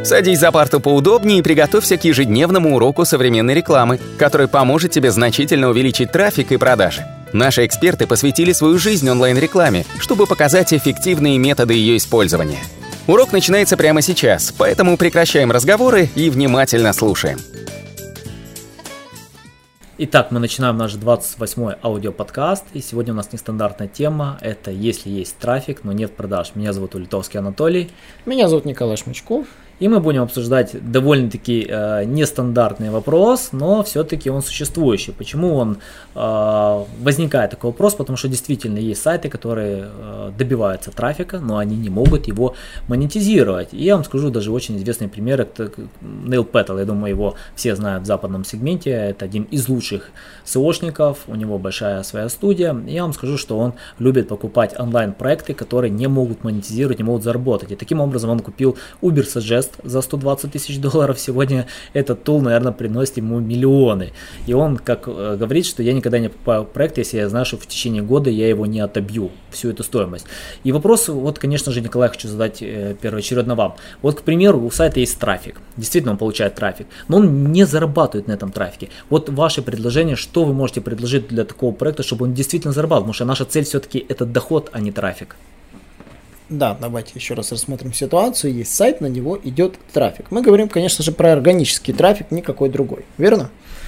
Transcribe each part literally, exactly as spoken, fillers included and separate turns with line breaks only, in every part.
Садись за парту поудобнее и приготовься к ежедневному уроку современной рекламы, который поможет тебе значительно увеличить трафик и продажи. Наши эксперты посвятили свою жизнь онлайн-рекламе, чтобы показать эффективные методы ее использования. Урок начинается прямо сейчас, поэтому прекращаем разговоры и внимательно слушаем.
Итак, мы начинаем наш двадцать восьмой аудиоподкаст, и сегодня у нас нестандартная тема – это «Если есть трафик, но нет продаж». Меня зовут Улитовский Анатолий.
Меня зовут Николай Шмычков.
И мы будем обсуждать довольно-таки э, нестандартный вопрос, но все-таки он существующий. Почему он э, возникает такой вопрос? Потому что действительно есть сайты, которые э, добиваются трафика, но они не могут его монетизировать. И я вам скажу даже очень известный пример. Это Нейл Пэттл, я думаю, его все знают в западном сегменте. Это один из лучших сеошников, у него большая своя студия. И я вам скажу, что он любит покупать онлайн-проекты, которые не могут монетизировать, не могут заработать. И таким образом он купил Uber Suggest за сто двадцать тысяч долларов. Сегодня этот тул, наверное, приносит ему миллионы. И он как э, говорит, что я никогда не покупаю проект, если я знаю, что в течение года я его не отобью, всю эту стоимость. И вопрос, вот, конечно же, Николай, хочу задать э, первоочередно вам. Вот, к примеру, у сайта есть трафик. Действительно, он получает трафик, но он не зарабатывает на этом трафике. Вот ваше предложение, что вы можете предложить для такого проекта, чтобы он действительно зарабатывал? Потому что наша цель все-таки это доход, а не трафик.
Да, давайте еще раз рассмотрим ситуацию. Есть сайт, на него идет трафик. Мы говорим, конечно же, про органический трафик, никакой другой. Верно?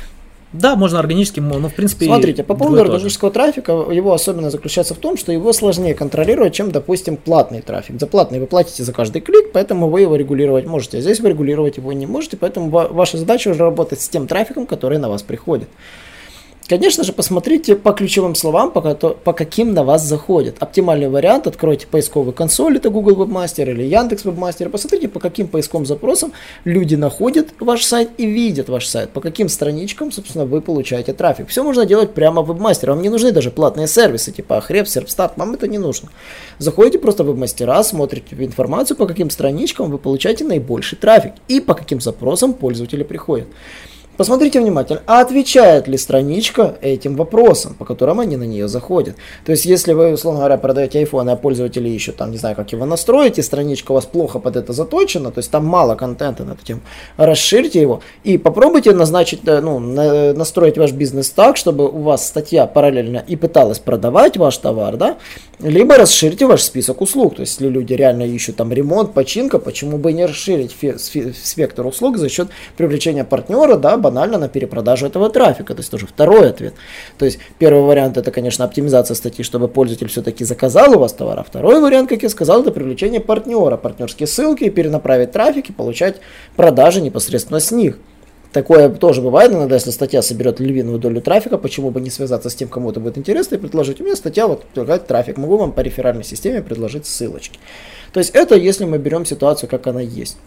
Да, можно органически, но в принципе...
Смотрите, по поводу органического трафика, его особенность заключается в том, что его сложнее контролировать, чем, допустим, платный трафик. За платный вы платите за каждый клик, поэтому вы его регулировать можете. А здесь вы регулировать его не можете, поэтому ваша задача уже работать с тем трафиком, который на вас приходит. Конечно же, посмотрите по ключевым словам, по, по каким на вас заходят. Оптимальный вариант: откройте поисковую консоль, это Google Webmaster или Яндекс Webmaster, посмотрите, по каким поисковым запросам люди находят ваш сайт и видят ваш сайт, по каким страничкам, собственно, вы получаете трафик. Все можно делать прямо в Webmaster, вам не нужны даже платные сервисы, типа Ahrefs, Serpstat, вам это не нужно. Заходите просто в Webmaster, смотрите информацию, по каким страничкам вы получаете наибольший трафик и по каким запросам пользователи приходят. Посмотрите внимательно, а отвечает ли страничка этим вопросам, по которым они на нее заходят. То есть, если вы, условно говоря, продаете iPhone, а пользователи ищут, там, не знаю, как его настроить, и страничка у вас плохо под это заточена, то есть там мало контента на эту тему, расширьте его и попробуйте назначить, ну, настроить ваш бизнес так, чтобы у вас статья параллельно и пыталась продавать ваш товар, да, либо расширьте ваш список услуг. То есть, если люди реально ищут там ремонт, починка, почему бы не расширить спектр услуг за счет привлечения партнера, да, банально на перепродажу этого трафика. То есть тоже второй ответ. То есть первый вариант — это, конечно, оптимизация статьи, чтобы пользователь все-таки заказал у вас товар. А второй вариант, как я сказал, это привлечение партнера, партнерские ссылки, перенаправить трафик и получать продажи непосредственно с них. Такое тоже бывает иногда, если статья соберет львиную долю трафика, почему бы не связаться с тем, кому это будет интересно, и предложить: у меня статья вот предлагает трафик, могу вам по реферальной системе предложить ссылочки. То есть это если мы берем ситуацию, как она есть.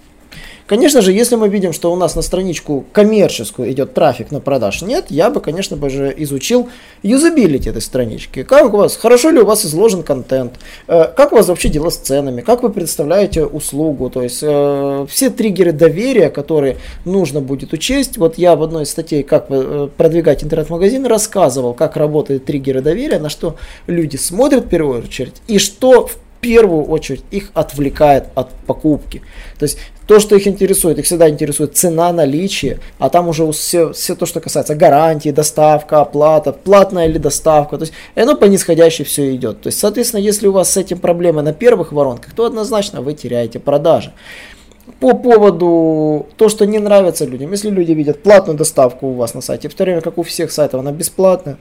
Конечно же, если мы видим, что у нас на страничку коммерческую идет трафик, но продаж нет, я бы, конечно же, изучил юзабилити этой странички. Как у вас, хорошо ли у вас изложен контент, как у вас вообще дела с ценами, как вы представляете услугу, то есть э, все триггеры доверия, которые нужно будет учесть. Вот я в одной из статей «Как продвигать интернет-магазин» рассказывал, как работают триггеры доверия, на что люди смотрят в первую очередь и что в первую очередь их отвлекает от покупки. То есть то, что их интересует, их всегда интересует цена, наличие, а там уже все, все то, что касается гарантии, доставка, оплата, платная или доставка, то есть оно по нисходящей все идет. То есть, соответственно, если у вас с этим проблемы на первых воронках, то однозначно вы теряете продажи. По поводу того, что не нравится людям, если люди видят платную доставку у вас на сайте, в то время как у всех сайтов она бесплатная,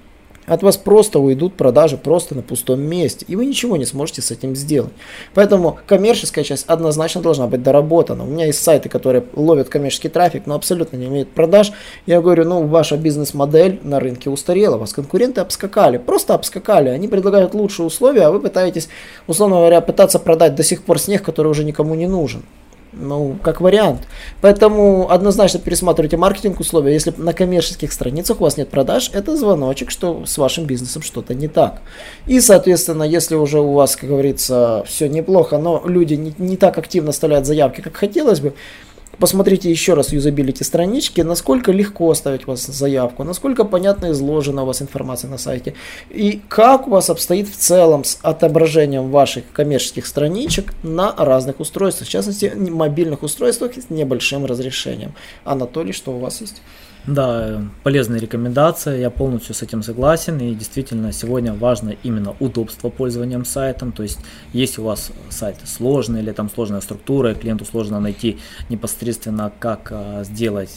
от вас просто уйдут продажи просто на пустом месте, и вы ничего не сможете с этим сделать. Поэтому коммерческая часть однозначно должна быть доработана. У меня есть сайты, которые ловят коммерческий трафик, но абсолютно не имеют продаж. Я говорю: ну, ваша бизнес-модель на рынке устарела, вас конкуренты обскакали, просто обскакали. Они предлагают лучшие условия, а вы пытаетесь, условно говоря, пытаться продать до сих пор снег, который уже никому не нужен. Ну, как вариант. Поэтому однозначно пересматривайте маркетинг условия. Если на коммерческих страницах у вас нет продаж, это звоночек, что с вашим бизнесом что-то не так. И, соответственно, если уже у вас, как говорится, все неплохо, но люди не, не так активно оставляют заявки, как хотелось бы, посмотрите еще раз юзабилити странички, насколько легко оставить у вас заявку, насколько понятно изложена у вас информация на сайте, и как у вас обстоит в целом с отображением ваших коммерческих страничек на разных устройствах, в частности, мобильных устройствах с небольшим разрешением. Анатолий, что у вас есть?
Да, полезная рекомендация, я полностью с этим согласен, и действительно сегодня важно именно удобство пользованием сайтом, то есть если у вас сайт сложный или там сложная структура, и клиенту сложно найти непосредственно как а, сделать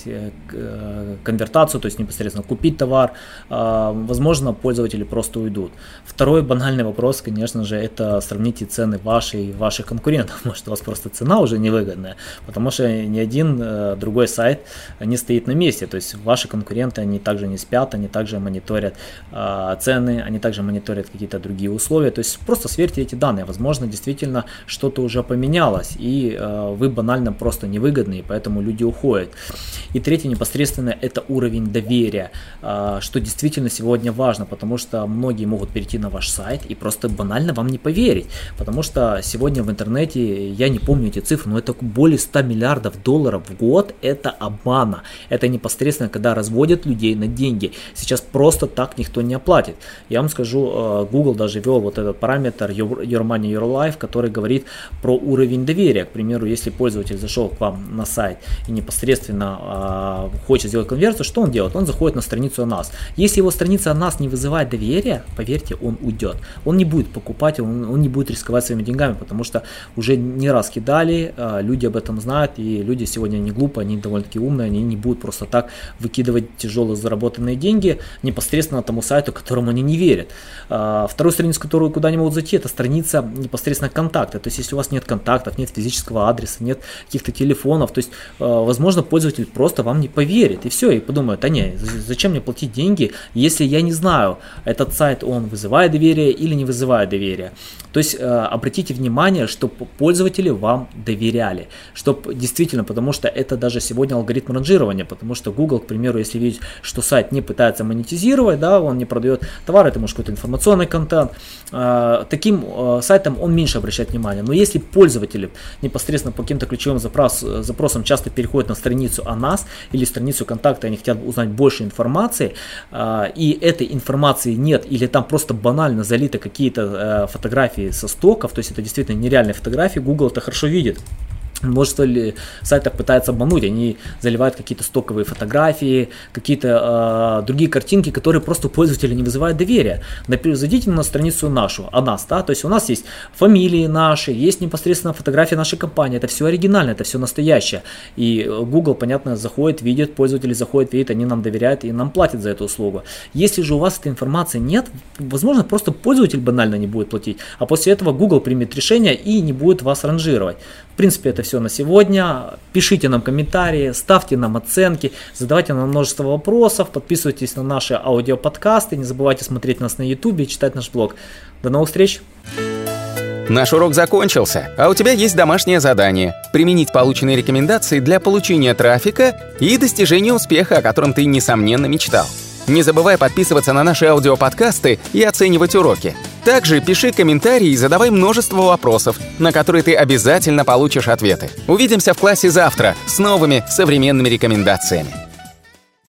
а, конвертацию, то есть непосредственно купить товар, а, возможно, пользователи просто уйдут. Второй банальный вопрос, конечно же, это сравните цены вашей и ваших конкурентов, может у вас просто цена уже невыгодная, потому что ни один а, другой сайт не стоит на месте, то есть ваши конкуренты, они также не спят, они также мониторят э, цены, они также мониторят какие-то другие условия, то есть просто сверьте эти данные, возможно, действительно что-то уже поменялось, и э, вы банально просто невыгодны, и поэтому люди уходят. И третье, непосредственно, это уровень доверия, э, что действительно сегодня важно, потому что многие могут перейти на ваш сайт и просто банально вам не поверить, потому что сегодня в интернете, я не помню эти цифры, но это более ста миллиардов долларов в год, это обмана, это непосредственно когда разводят людей на деньги. Сейчас просто так никто не оплатит. Я вам скажу, Google даже ввел вот этот параметр Your Money, Your Life, который говорит про уровень доверия. К примеру, если пользователь зашел к вам на сайт и непосредственно э, хочет сделать конверсию, что он делает? Он заходит на страницу о нас. Если его страница о нас не вызывает доверия, поверьте, он уйдет. Он не будет покупать, он, он не будет рисковать своими деньгами, потому что уже не раз кидали, э, люди об этом знают, и люди сегодня не глупые, они довольно-таки умные, они не будут просто так выкидывать тяжелые заработанные деньги непосредственно тому сайту, которому они не верят. Вторую страницу, которую куда они могут зайти, это страница непосредственно контакта. То есть, если у вас нет контактов, нет физического адреса, нет каких-то телефонов, то есть, возможно, пользователь просто вам не поверит. И все, и подумает, а не, зачем мне платить деньги, если я не знаю, этот сайт, он вызывает доверие или не вызывает доверие. То есть, обратите внимание, чтобы пользователи вам доверяли. Чтобы действительно, потому что это даже сегодня алгоритм ранжирования, потому что Google, к примеру, если видеть, что сайт не пытается монетизировать, да, он не продает товар, это может какой-то информационный контент, э, таким э, сайтом он меньше обращает внимание. Но если пользователи непосредственно по каким-то ключевым запрос, запросам часто переходят на страницу о нас или страницу контакта, они хотят узнать больше информации, э, и этой информации нет, или там просто банально залиты какие-то э, фотографии со стоков, то есть это действительно нереальные фотографии, Google это хорошо видит. Множество ли сайтов пытаются обмануть, они заливают какие-то стоковые фотографии, какие-то э, другие картинки, которые просто у пользователя не вызывают доверия. Например, зайдите на страницу нашу, о нас, да, то есть у нас есть фамилии наши, есть непосредственно фотографии нашей компании, это все оригинально, это все настоящее. И Google, понятно, заходит, видит, пользователи заходят, видят, они нам доверяют и нам платят за эту услугу. Если же у вас этой информации нет, возможно, просто пользователь банально не будет платить, а после этого Google примет решение и не будет вас ранжировать. В принципе, это все на сегодня. Пишите нам комментарии, ставьте нам оценки, задавайте нам множество вопросов, подписывайтесь на наши аудиоподкасты, не забывайте смотреть нас на YouTube и читать наш блог. До новых встреч!
Наш урок закончился, а у тебя есть домашнее задание – применить полученные рекомендации для получения трафика и достижения успеха, о котором ты, несомненно, мечтал. Не забывай подписываться на наши аудиоподкасты и оценивать уроки. Также пиши комментарии и задавай множество вопросов, на которые ты обязательно получишь ответы. Увидимся в классе завтра с новыми современными рекомендациями.